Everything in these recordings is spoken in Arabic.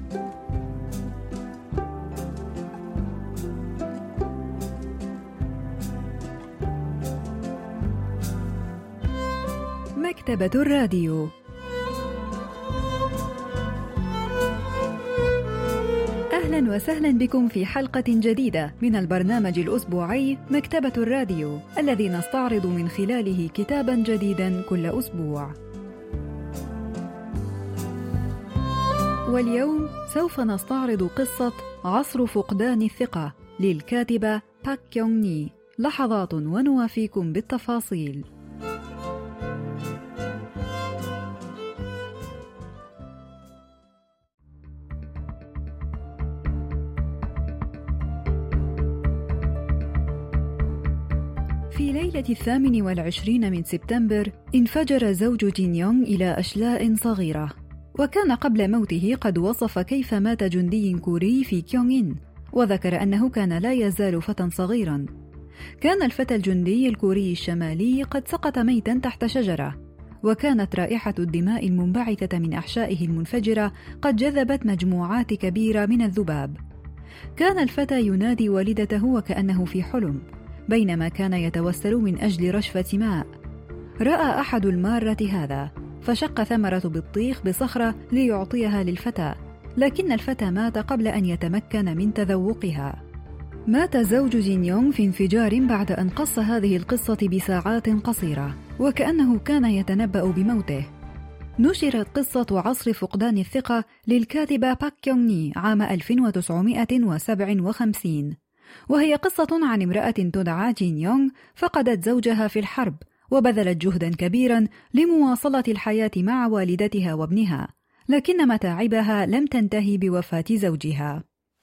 مكتبة الراديو. أهلا وسهلا بكم في حلقة جديدة من البرنامج الأسبوعي مكتبة الراديو، الذي نستعرض من خلاله كتابا جديدا كل أسبوع. واليوم سوف نستعرض قصة عصر فقدان الثقة للكاتبة باك كيونغ ني. لحظات ونوافيكم بالتفاصيل. في ليلة 28 من سبتمبر انفجر زوج جين يونغ إلى أشلاء صغيرة، وكان قبل موته قد وصف كيف مات جندي كوري في كيونغ، وذكر أنه كان لا يزال فتى صغيرا. كان الفتى الجندي الكوري الشمالي قد سقط ميتا تحت شجرة، وكانت رائحة الدماء المنبعثة من أحشائه المنفجرة قد جذبت مجموعات كبيرة من الذباب. كان الفتى ينادي والدته وكأنه في حلم، بينما كان يتوسل من أجل رشفة ماء. رأى أحد المارة هذا، فشق ثمرة بطيخ بصخرة ليعطيها للفتى، لكن الفتى مات قبل أن يتمكن من تذوقها. مات زوج جين يونغ في انفجار بعد أن قص هذه القصة بساعات قصيرة، وكأنه كان يتنبأ بموته. نشرت قصة عصر فقدان الثقة للكاتبة باك كيونغ ني عام 1957، وهي قصة عن امرأة تدعى جين يونغ فقدت زوجها في الحرب، وبذلت جهدا كبيرا لمواصلة الحياة مع والدتها وابنها، لكن متاعبها لم تنتهي بوفاة زوجها.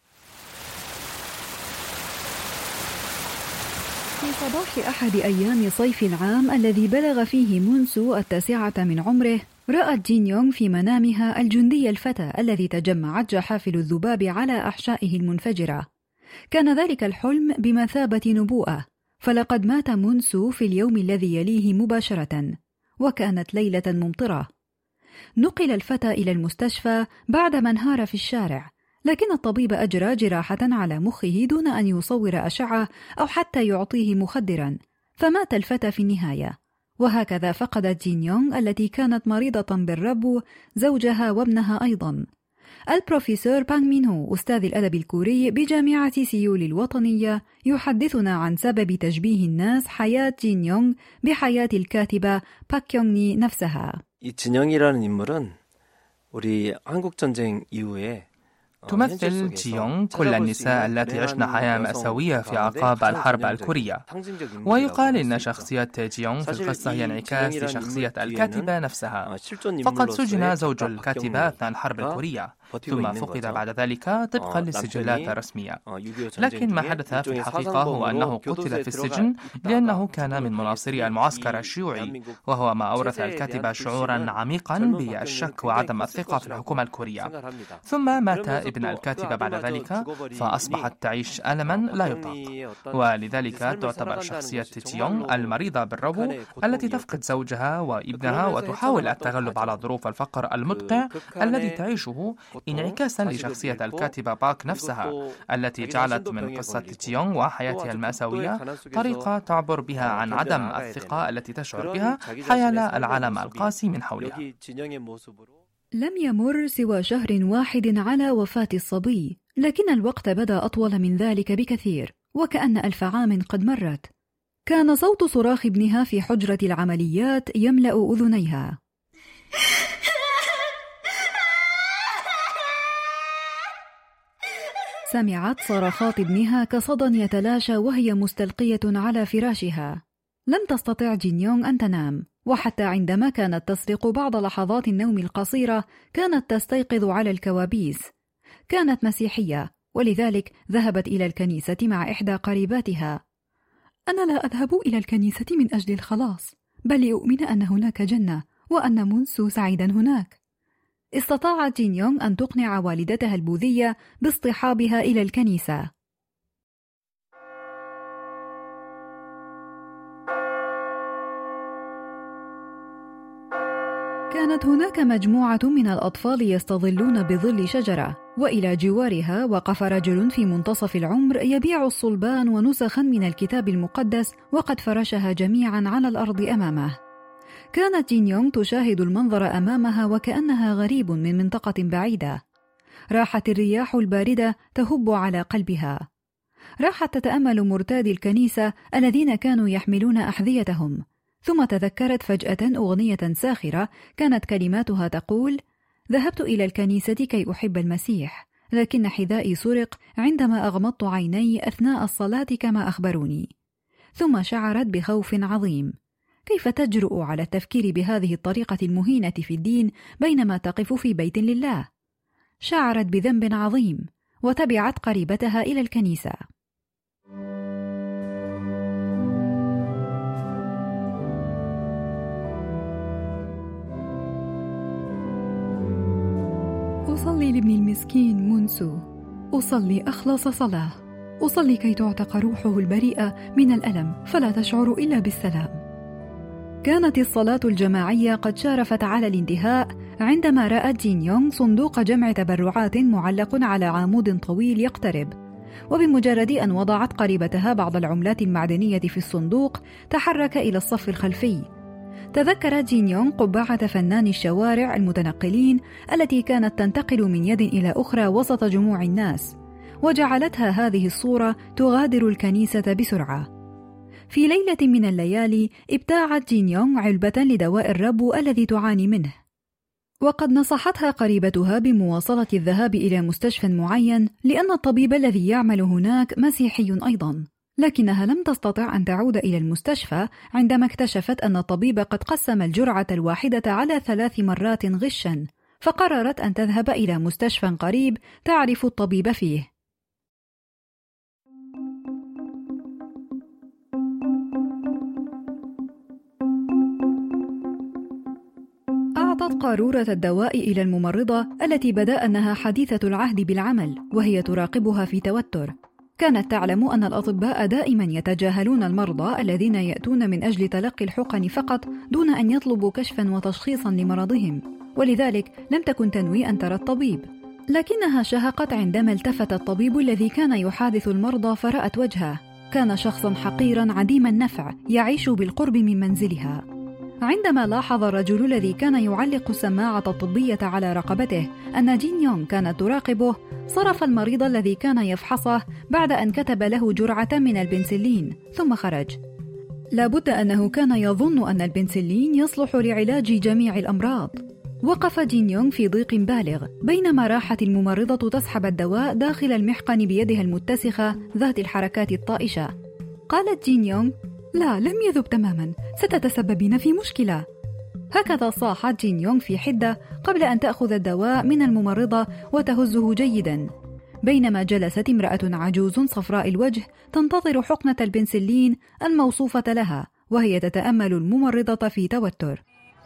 في صباح أحد أيام صيف العام الذي بلغ فيه مونسو 9 من عمره، رأت جين يونغ في منامها الجندي الفتى الذي تجمعت جحافل الذباب على أحشائه المنفجرة. كان ذلك الحلم بمثابة نبوءة، فلقد مات مونسو في اليوم الذي يليه مباشرة، وكانت ليلة ممطرة. نقل الفتى إلى المستشفى بعدما انهار في الشارع، لكن الطبيب أجرى جراحة على مخه دون أن يصور أشعة أو حتى يعطيه مخدرا، فمات الفتى في النهاية. وهكذا فقدت جين يونغ التي كانت مريضة بالربو زوجها وابنها أيضا. البروفيسور بانغ مين هو أستاذ الأدب الكوري بجامعة سيول الوطنية يحدثنا عن سبب تشبيه الناس حياة جين يونغ بحياة الكاتبة باك كيونغ ني نفسها. 이 진영이라는 인물은 우리 한국 전쟁 이후에 تمثل جي يونغ كل النساء التي عشن حياة مأساوية في أعقاب الحرب الكورية، ويقال إن شخصية جي يونغ في القصة هي انعكاس لشخصية الكاتبة نفسها، فقد سجن زوج الكاتبة أثناء الحرب الكورية، ثم فقد بعد ذلك طبقا للسجلات الرسمية. لكن ما حدث في الحقيقة هو أنه قتل في السجن لأنه كان من مناصري المعسكر الشيوعي، وهو ما أورث الكاتبة شعورا عميقا بالشك وعدم الثقة في الحكومة الكورية. ثم مات ابن الكاتبة بعد ذلك، فأصبحت تعيش ألما لا يطاق، ولذلك تعتبر شخصية جي يونغ المريضة بالربو التي تفقد زوجها وابنها وتحاول التغلب على ظروف الفقر المدقع الذي تعيشه، انعكاسا لشخصية الكاتبة باك نفسها التي جعلت من قصة جي يونغ وحياتها المأساوية طريقة تعبر بها عن عدم الثقة التي تشعر بها حيال العالم القاسي من حولها. لم يمر سوى شهر واحد على وفاة الصبي، لكن الوقت بدا أطول من ذلك بكثير، وكأن 1000 عام قد مرت. كان صوت صراخ ابنها في حجرة العمليات يملأ أذنيها. سمعت صرخات ابنها كصدى يتلاشى وهي مستلقية على فراشها. لم تستطع جين يونغ أن تنام، وحتى عندما كانت تسرق بعض لحظات النوم القصيرة كانت تستيقظ على الكوابيس. كانت مسيحية، ولذلك ذهبت إلى الكنيسة مع إحدى قريباتها. أنا لا أذهب إلى الكنيسة من أجل الخلاص، بل أؤمن أن هناك جنة وأن مونسو سعيدا هناك. استطاعت جين يونغ أن تقنع والدتها البوذية باصطحابها إلى الكنيسة. كانت هناك مجموعة من الأطفال يستظلون بظل شجرة، وإلى جوارها وقف رجل في منتصف العمر يبيع الصلبان ونسخا من الكتاب المقدس وقد فرشها جميعا على الأرض أمامه. كانت جين يونغ تشاهد المنظر أمامها وكأنها غريب من منطقة بعيدة. راحت الرياح الباردة تهب على قلبها. راحت تتأمل مرتادي الكنيسة الذين كانوا يحملون أحذيتهم، ثم تذكرت فجأة أغنية ساخرة كانت كلماتها تقول: ذهبت إلى الكنيسة كي أحب المسيح، لكن حذائي سرق عندما أغمضت عيني أثناء الصلاة كما أخبروني. ثم شعرت بخوف عظيم. كيف تجرؤ على التفكير بهذه الطريقة المهينة في الدين بينما تقف في بيت لله؟ شعرت بذنب عظيم وتبعت قريبتها إلى الكنيسة. أصلي لابني المسكين منسو، أصلي أخلص صلاة، أصلي كي تعتق روحه البريئة من الألم فلا تشعر إلا بالسلام. كانت الصلاة الجماعية قد شارفت على الانتهاء عندما رأت جين يونغ صندوق جمع تبرعات معلق على عمود طويل يقترب، وبمجرد أن وضعت قريبتها بعض العملات المعدنية في الصندوق تحرك إلى الصف الخلفي. تذكرت جين يونغ قبعة فنان الشوارع المتنقلين التي كانت تنتقل من يد إلى أخرى وسط جموع الناس، وجعلتها هذه الصورة تغادر الكنيسة بسرعة. في ليلة من الليالي ابتاعت جين يونغ علبة لدواء الربو الذي تعاني منه، وقد نصحتها قريبتها بمواصلة الذهاب إلى مستشفى معين لأن الطبيب الذي يعمل هناك مسيحي أيضا، لكنها لم تستطع أن تعود إلى المستشفى عندما اكتشفت أن الطبيب قد قسم الجرعة الواحدة على 3 مرات غشا، فقررت أن تذهب إلى مستشفى قريب تعرف الطبيب فيه. أعطت قارورة الدواء إلى الممرضة التي بدا أنها حديثة العهد بالعمل، وهي تراقبها في توتر. كانت تعلم أن الأطباء دائما يتجاهلون المرضى الذين يأتون من أجل تلقي الحقن فقط دون أن يطلبوا كشفا وتشخيصا لمرضهم، ولذلك لم تكن تنوي أن ترى الطبيب. لكنها شهقت عندما التفت الطبيب الذي كان يحادث المرضى فرأت وجهه. كان شخصا حقيرا عديم النفع يعيش بالقرب من منزلها. عندما لاحظ الرجل الذي كان يعلق السماعة الطبية على رقبته أن جين يونغ كانت تراقبه، صرف المريض الذي كان يفحصه بعد أن كتب له جرعة من البنسلين ثم خرج. لابد أنه كان يظن أن البنسلين يصلح لعلاج جميع الأمراض. وقف جين يونغ في ضيق بالغ بينما راحت الممرضة تسحب الدواء داخل المحقن بيدها المتسخة ذات الحركات الطائشة. قالت جين يونغ: لا، لم يذب تماما، ستتسببين في مشكلة. هكذا صاحت جين يونغ في حدة قبل أن تأخذ الدواء من الممرضة وتهزه جيدا، بينما جلست امرأة عجوز صفراء الوجه تنتظر حقنة البنسلين الموصوفة لها وهي تتأمل الممرضة في توتر.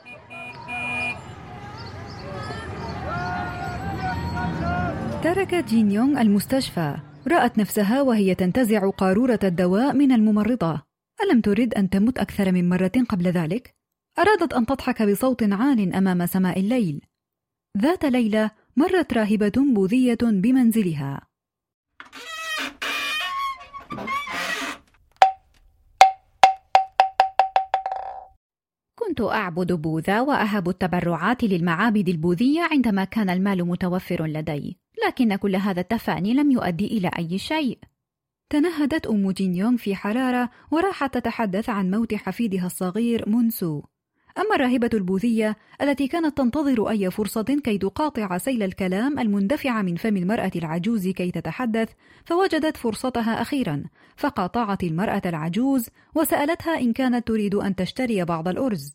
تركت جين يونغ المستشفى. رأت نفسها وهي تنتزع قارورة الدواء من الممرضة. ألم ترد أن تمت أكثر من مرة قبل ذلك؟ أرادت أن تضحك بصوت عال أمام سماء الليل. ذات ليلة مرت راهبة بوذية بمنزلها. كنت أعبد بوذا وأهب التبرعات للمعابد البوذية عندما كان المال متوفر لدي، لكن كل هذا التفاني لم يؤدي إلى أي شيء. تنهدت أم جين يونغ في حرارة وراحت تتحدث عن موت حفيدها الصغير منسو. أما الراهبة البوذية التي كانت تنتظر أي فرصة كي تقاطع سيل الكلام المندفع من فم المرأة العجوز كي تتحدث، فوجدت فرصتها أخيرا، فقاطعت المرأة العجوز وسألتها إن كانت تريد أن تشتري بعض الأرز.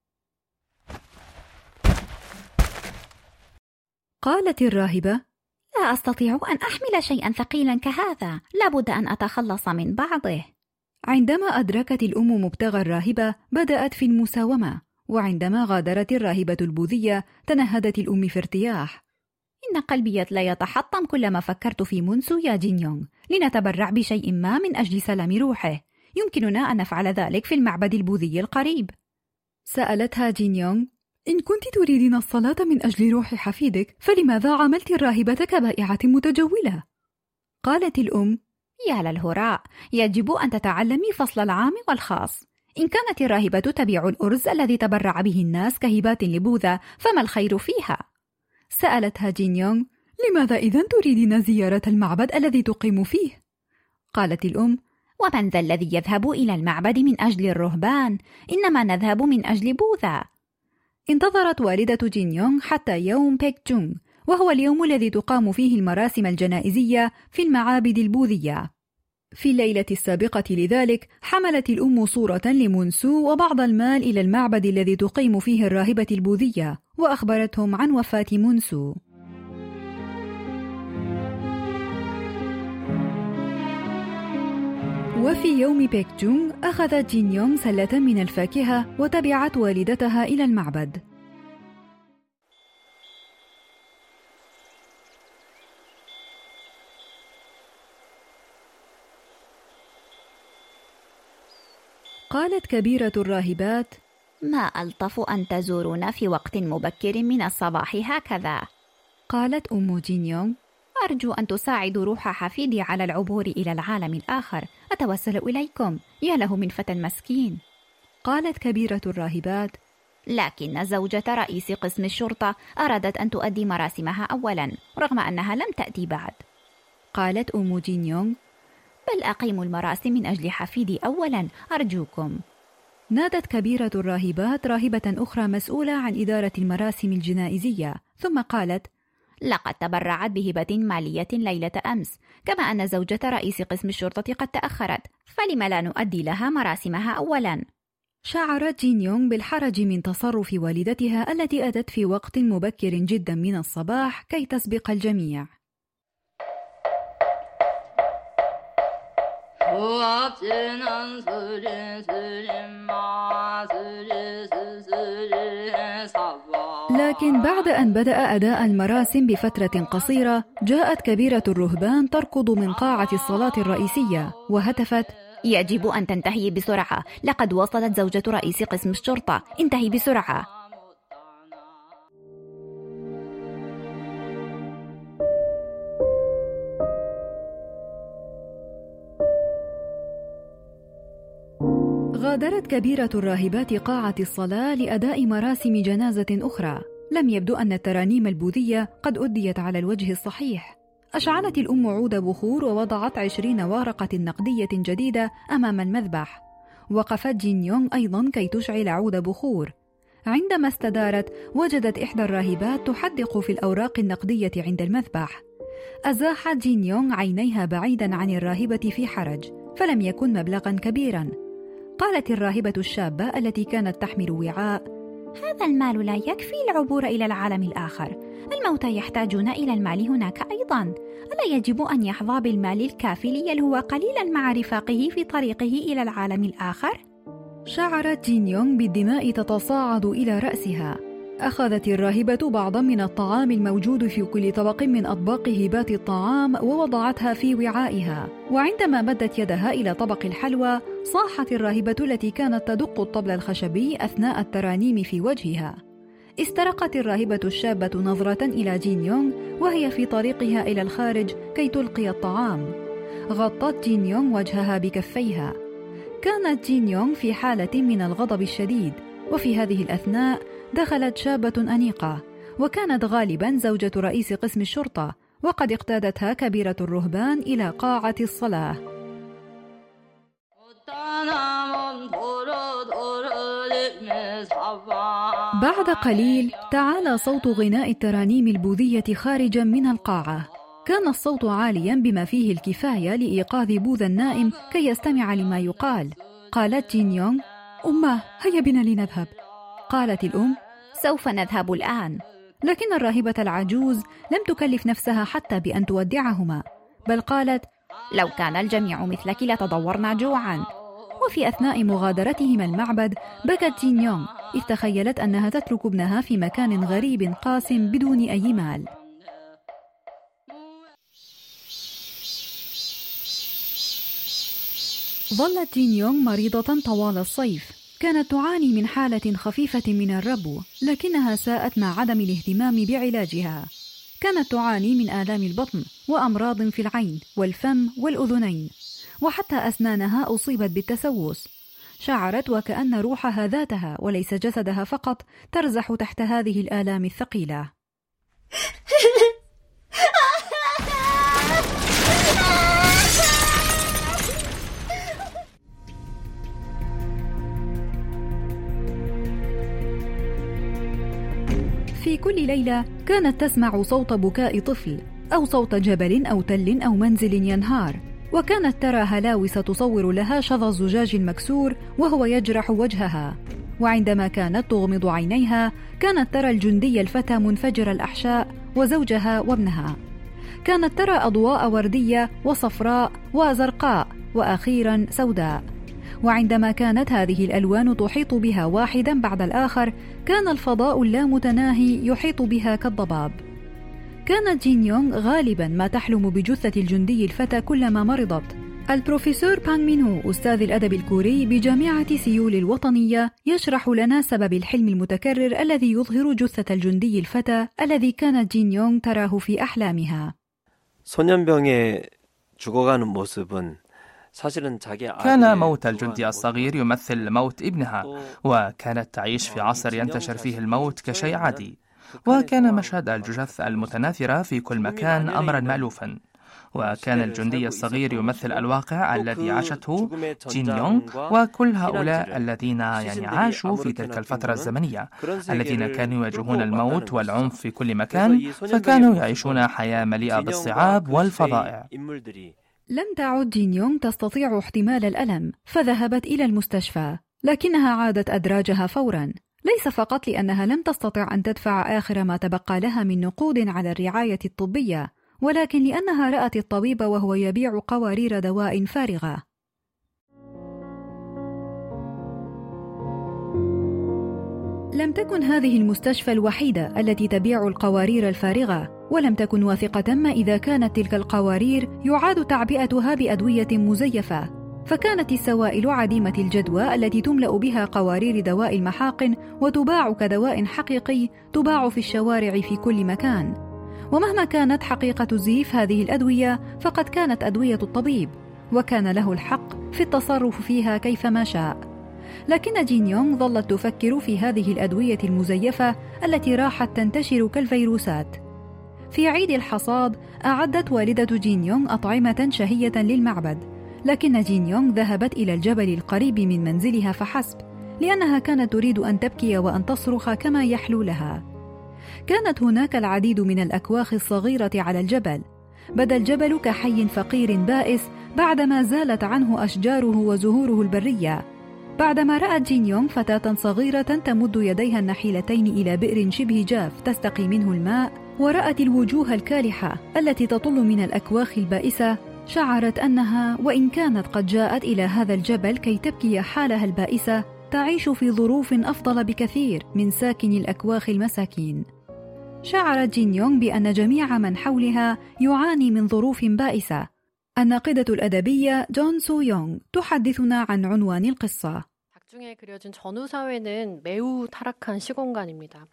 قالت الراهبة: لا أستطيع أن أحمل شيئا ثقيلا كهذا، لابد أن أتخلص من بعضه. عندما أدركت الأم مبتغى الراهبة بدأت في المساومة، وعندما غادرت الراهبة البوذية تنهدت الأم في ارتياح. إن قلبي لا يتحطم كلما فكرت في منسو يا جين يونغ، لنتبرع بشيء ما من أجل سلام روحه. يمكننا أن نفعل ذلك في المعبد البوذي القريب. سألتها جين يونغ: إن كنت تريدين الصلاة من أجل روح حفيدك، فلماذا عاملت الراهبة كبائعة متجولة؟ قالت الأم: يا للهراء، يجب أن تتعلمي فصل العام والخاص. إن كانت الراهبة تبيع الأرز الذي تبرع به الناس كهبات لبوذا، فما الخير فيها؟ سألتها جين يونغ: لماذا إذن تريدين زيارة المعبد الذي تقيم فيه؟ قالت الأم: ومن ذا الذي يذهب إلى المعبد من أجل الرهبان؟ إنما نذهب من أجل بوذا. انتظرت والدة جين يونغ حتى يوم بيك جونغ، وهو اليوم الذي تقام فيه المراسم الجنائزية في المعابد البوذية. في الليلة السابقة لذلك حملت الأم صورة لمونسو وبعض المال إلى المعبد الذي تقيم فيه الراهبة البوذية، وأخبرتهم عن وفاة مونسو. وفي يوم بيك جونغ أخذت جين يونغ سلة من الفاكهة وتبعت والدتها إلى المعبد. قالت كبيرة الراهبات: ما ألطف أن تزورونا في وقت مبكر من الصباح هكذا. قالت أم جين يونغ: أرجو أن تساعدوا روح حفيدي على العبور إلى العالم الآخر، أتوسل إليكم، يا له من فتى مسكين. قالت كبيرة الراهبات: لكن زوجة رئيس قسم الشرطة أرادت أن تؤدي مراسمها أولا، رغم أنها لم تأتي بعد. قالت أم جين يونغ: بل أقيموا المراسم من أجل حفيدي أولا، أرجوكم. نادت كبيرة الراهبات راهبة أخرى مسؤولة عن إدارة المراسم الجنائزية، ثم قالت: لقد تبرعت بهبة مالية ليلة أمس، كما أن زوجة رئيس قسم الشرطة قد تأخرت، فلم لا نؤدي لها مراسمها أولا؟ شعرت جين يونغ بالحرج من تصرف والدتها التي أتت في وقت مبكر جدا من الصباح كي تسبق الجميع. لكن بعد أن بدأ أداء المراسم بفترة قصيرة، جاءت كبيرة الرهبان تركض من قاعة الصلاة الرئيسية وهتفت: يجب أن تنتهي بسرعة، لقد وصلت زوجة رئيس قسم الشرطة، انتهي بسرعة. غادرت كبيرة الراهبات قاعة الصلاة لأداء مراسم جنازة أخرى. لم يبدو أن الترانيم البوذية قد أديت على الوجه الصحيح. أشعلت الأم عود بخور ووضعت 20 ورقة نقدية جديدة أمام المذبح. وقفت جين يونغ أيضا كي تشعل عود بخور. عندما استدارت وجدت إحدى الراهبات تحدق في الأوراق النقدية عند المذبح. أزاحت جين يونغ عينيها بعيدا عن الراهبة في حرج، فلم يكن مبلغا كبيرا. قالت الراهبة الشابة التي كانت تحمل وعاء: هذا المال لا يكفي العبور إلى العالم الآخر، الموتى يحتاجون إلى المال هناك أيضا، ألا يجب أن يحظى بالمال الكافي ليلهو قليلا مع رفاقه في طريقه إلى العالم الآخر؟ شعرت جين يونغ بالدماء تتصاعد إلى رأسها. أخذت الراهبة بعضا من الطعام الموجود في كل طبق من أطباق هبات الطعام ووضعتها في وعائها، وعندما مدت يدها إلى طبق الحلوى صاحت الراهبة التي كانت تدق الطبل الخشبي أثناء الترانيم في وجهها. استرقت الراهبة الشابة نظرة إلى جين يونغ وهي في طريقها إلى الخارج كي تلقي الطعام. غطت جين يونغ وجهها بكفيها. كانت جين يونغ في حالة من الغضب الشديد، وفي هذه الأثناء دخلت شابة أنيقة، وكانت غالبا زوجة رئيس قسم الشرطة، وقد اقتادتها كبيرة الرهبان إلى قاعة الصلاة. بعد قليل تعالى صوت غناء الترانيم البوذية خارجا من القاعة. كان الصوت عاليا بما فيه الكفاية لإيقاظ بوذا النائم كي يستمع لما يقال. قالت جين يونغ: أمه، هيا بنا لنذهب. قالت الأم: سوف نذهب الآن. لكن الراهبة العجوز لم تكلف نفسها حتى بأن تودعهما، بل قالت: لو كان الجميع مثلك لتضورنا جوعا. وفي أثناء مغادرتهما المعبد بكت جين يونغ إذ تخيلت أنها تترك ابنها في مكان غريب قاس بدون أي مال. ظلت جين يونغ مريضة طوال الصيف. كانت تعاني من حالة خفيفة من الربو، لكنها ساءت مع عدم الاهتمام بعلاجها. كانت تعاني من آلام البطن وأمراض في العين والفم والأذنين، وحتى أسنانها أصيبت بالتسوس. شعرت وكأن روحها ذاتها وليس جسدها فقط ترزح تحت هذه الآلام الثقيلة. في كل ليلة كانت تسمع صوت بكاء طفل أو صوت جبل أو تل أو منزل ينهار، وكانت ترى هلاوس تصور لها شظى الزجاج المكسور وهو يجرح وجهها. وعندما كانت تغمض عينيها كانت ترى الجندي الفتى منفجر الأحشاء وزوجها وابنها. كانت ترى أضواء وردية وصفراء وزرقاء وأخيرا سوداء. وعندما كانت هذه الألوان تحيط بها واحدا بعد الآخر كان الفضاء اللامتناهي يحيط بها كالضباب. كانت جين يونغ غالبا ما تحلم بجثة الجندي الفتى كلما مرضت. البروفيسور بانغ مين هو أستاذ الأدب الكوري بجامعة سيول الوطنية يشرح لنا سبب الحلم المتكرر الذي يظهر جثة الجندي الفتى الذي كانت جين يونغ تراه في أحلامها. 소년병에 죽어가는 모습은 كان موت الجندي الصغير يمثل موت ابنها، وكانت تعيش في عصر ينتشر فيه الموت كشيء عادي، وكان مشهد الجثث المتناثرة في كل مكان أمرا مألوفا. وكان الجندي الصغير يمثل الواقع الذي عاشته جين يونغ وكل هؤلاء الذين عاشوا في تلك الفترة الزمنية، الذين كانوا يواجهون الموت والعنف في كل مكان، فكانوا يعيشون حياة مليئة بالصعاب والفظائع. لم تعد جين يونغ تستطيع احتمال الألم، فذهبت إلى المستشفى، لكنها عادت أدراجها فورا، ليس فقط لأنها لم تستطع أن تدفع آخر ما تبقى لها من نقود على الرعاية الطبية، ولكن لأنها رأت الطبيب وهو يبيع قوارير دواء فارغة. لم تكن هذه المستشفى الوحيدة التي تبيع القوارير الفارغة، ولم تكن واثقة ما إذا كانت تلك القوارير يعاد تعبئتها بأدوية مزيفة، فكانت السوائل عديمة الجدوى التي تملأ بها قوارير دواء المحاقن وتباع كدواء حقيقي تباع في الشوارع في كل مكان. ومهما كانت حقيقة زيف هذه الأدوية فقد كانت أدوية الطبيب، وكان له الحق في التصرف فيها كيفما شاء. لكن جين يونغ ظلت تفكر في هذه الأدوية المزيفة التي راحت تنتشر كالفيروسات. في عيد الحصاد أعدت والدة جين يونغ أطعمة شهية للمعبد، لكن جين يونغ ذهبت إلى الجبل القريب من منزلها فحسب، لأنها كانت تريد أن تبكي وأن تصرخ كما يحلو لها. كانت هناك العديد من الأكواخ الصغيرة على الجبل، بدا الجبل كحي فقير بائس بعدما زالت عنه أشجاره وزهوره البرية. بعدما رأت جين يونغ فتاة صغيرة تمد يديها النحيلتين إلى بئر شبه جاف تستقي منه الماء، ورأت الوجوه الكالحة التي تطل من الأكواخ البائسة، شعرت أنها وإن كانت قد جاءت إلى هذا الجبل كي تبكي حالها البائسة، تعيش في ظروف أفضل بكثير من ساكن الأكواخ المساكين. شعرت جين يونغ بأن جميع من حولها يعاني من ظروف بائسة. الناقدة الأدبية جون سو يونغ تحدثنا عن عنوان القصة. 작중에 그려진 전후사회는 매우 타락한 시공간입니다.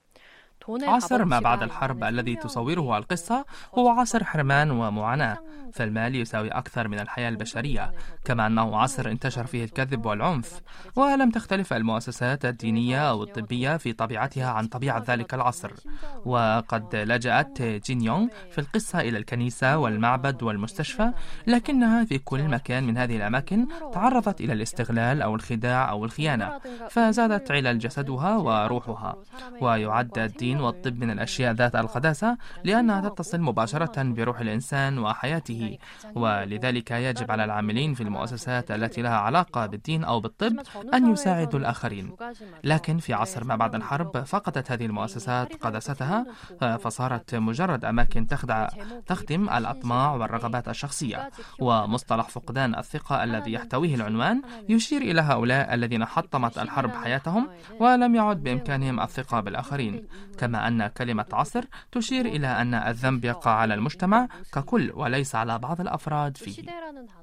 عصر ما بعد الحرب الذي تصوره القصة هو عصر حرمان ومعاناة، فالمال يساوي أكثر من الحياة البشرية، كما أنه عصر انتشر فيه الكذب والعنف. ولم تختلف المؤسسات الدينية أو الطبية في طبيعتها عن طبيعة ذلك العصر. وقد لجأت جين يونغ في القصة إلى الكنيسة والمعبد والمستشفى، لكنها في كل مكان من هذه الأماكن تعرضت إلى الاستغلال أو الخداع أو الخيانة، فزادت علل جسدها وروحها. ويعد الدين والطب من الأشياء ذات القداسة لأنها تتصل مباشرة بروح الإنسان وحياته، ولذلك يجب على العاملين في المؤسسات التي لها علاقة بالدين أو بالطب أن يساعدوا الآخرين. لكن في عصر ما بعد الحرب فقدت هذه المؤسسات قداستها، فصارت مجرد أماكن تخدم الأطماع والرغبات الشخصية. ومصطلح فقدان الثقة الذي يحتويه العنوان يشير إلى هؤلاء الذين حطمت الحرب حياتهم ولم يعد بإمكانهم الثقة بالآخرين، كما أن كلمة عصر تشير إلى أن الذنب يقع على المجتمع ككل وليس على بعض الأفراد فيه.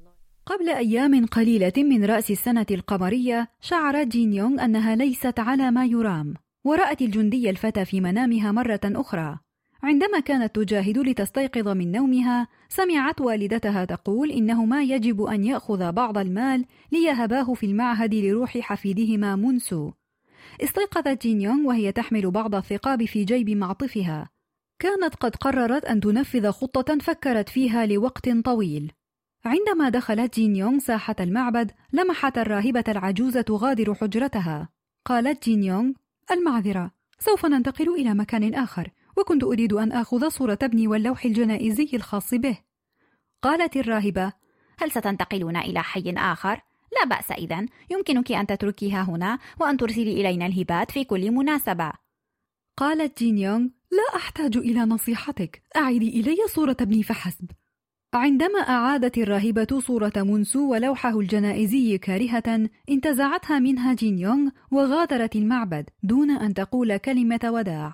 قبل أيام قليلة من رأس السنة القمرية شعرت جين يونغ أنها ليست على ما يرام، ورأت الجندي الفتى في منامها مرة أخرى. عندما كانت تجاهد لتستيقظ من نومها سمعت والدتها تقول إنهما يجب أن يأخذ بعض المال ليهباه في المعهد لروح حفيدهما مونسو. استيقظت جين يونغ وهي تحمل بعض الثقاب في جيب معطفها. كانت قد قررت أن تنفذ خطة فكرت فيها لوقت طويل. عندما دخلت جين يونغ ساحة المعبد لمحت الراهبة العجوزة تغادر حجرتها. قالت جين يونغ: المعذرة، سوف ننتقل إلى مكان آخر، وكنت أريد أن آخذ صورة ابني واللوح الجنائزي الخاص به. قالت الراهبة: هل ستنتقلون إلى حي آخر؟ لا بأس، إذن يمكنك أن تتركيها هنا وأن ترسلي إلينا الهبات في كل مناسبة. قالت جين يونغ: لا أحتاج إلى نصيحتك، أعيدي إلي صورة ابني فحسب. عندما أعادت الراهبة صورة مونسو ولوحه الجنائزي كارهة انتزعتها منها جين يونغ وغادرت المعبد دون أن تقول كلمة وداع.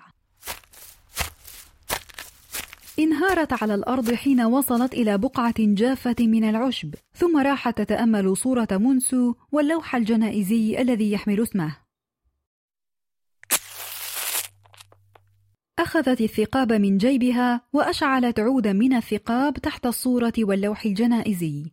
انهارت على الأرض حين وصلت إلى بقعة جافة من العشب، ثم راحت تتأمل صورة مونسو واللوح الجنائزي الذي يحمل اسمه. أخذت الثقاب من جيبها وأشعلت عودا من الثقاب تحت الصورة واللوح الجنائزي.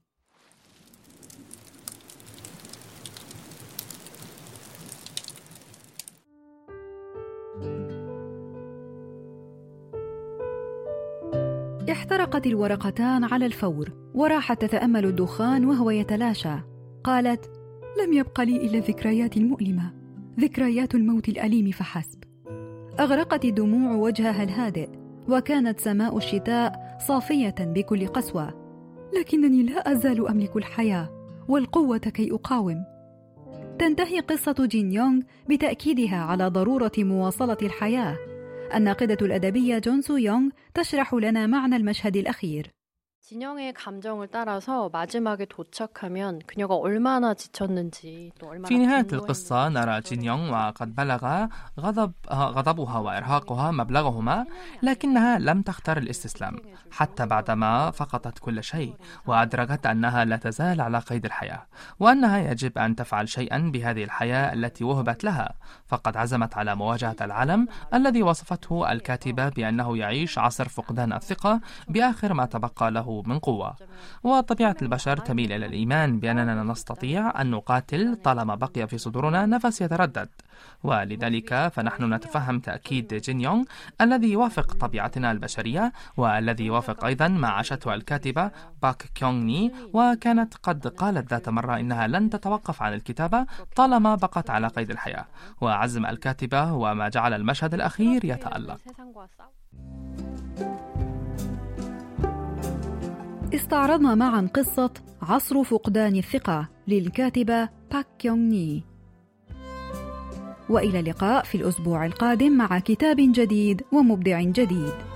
احترقت الورقتان على الفور، وراحت تتأمل الدخان وهو يتلاشى. قالت: لم يبق لي إلا الذكريات المؤلمة، ذكريات الموت الأليم فحسب. أغرقت الدموع وجهها الهادئ، وكانت سماء الشتاء صافية بكل قسوة. لكنني لا أزال أملك الحياة والقوة كي أقاوم. تنتهي قصة جين يونغ بتأكيدها على ضرورة مواصلة الحياة. الناقدة الأدبية جون سو يونغ تشرح لنا معنى المشهد الأخير. 진영의 감정을 따라서 마지막에 도착하면 그녀가 얼마나 지쳤는지 또 얼마나 في نهاية القصة نرى جين يونغ وقد بلغ غضبها وإرهاقها مبلغهما، لكنها لم تختر الاستسلام حتى بعدما فقدت كل شيء، وأدركت أنها لا تزال على قيد الحياة، وأنها يجب أن تفعل شيئا بهذه الحياة التي وهبت لها. فقد عزمت على مواجهة العالم الذي وصفته الكاتبة بأنه يعيش عصر فقدان الثقة بآخر ما تبقى له من قوة. وطبيعة البشر تميل إلى الإيمان بأننا نستطيع أن نقاتل طالما بقي في صدورنا نفس يتردد، ولذلك فنحن نتفهم تأكيد جين يونغ الذي يوافق طبيعتنا البشرية، والذي يوافق أيضا ما عاشته الكاتبة باك كيونغ ني، وكانت قد قالت ذات مرة إنها لن تتوقف عن الكتابة طالما بقت على قيد الحياة. وعزم الكاتبة هو ما جعل المشهد الأخير يتألق. استعرضنا معا قصة عصر فقدان الثقة للكاتبة باك كيونغ ني. وإلى اللقاء في الأسبوع القادم مع كتاب جديد ومبدع جديد.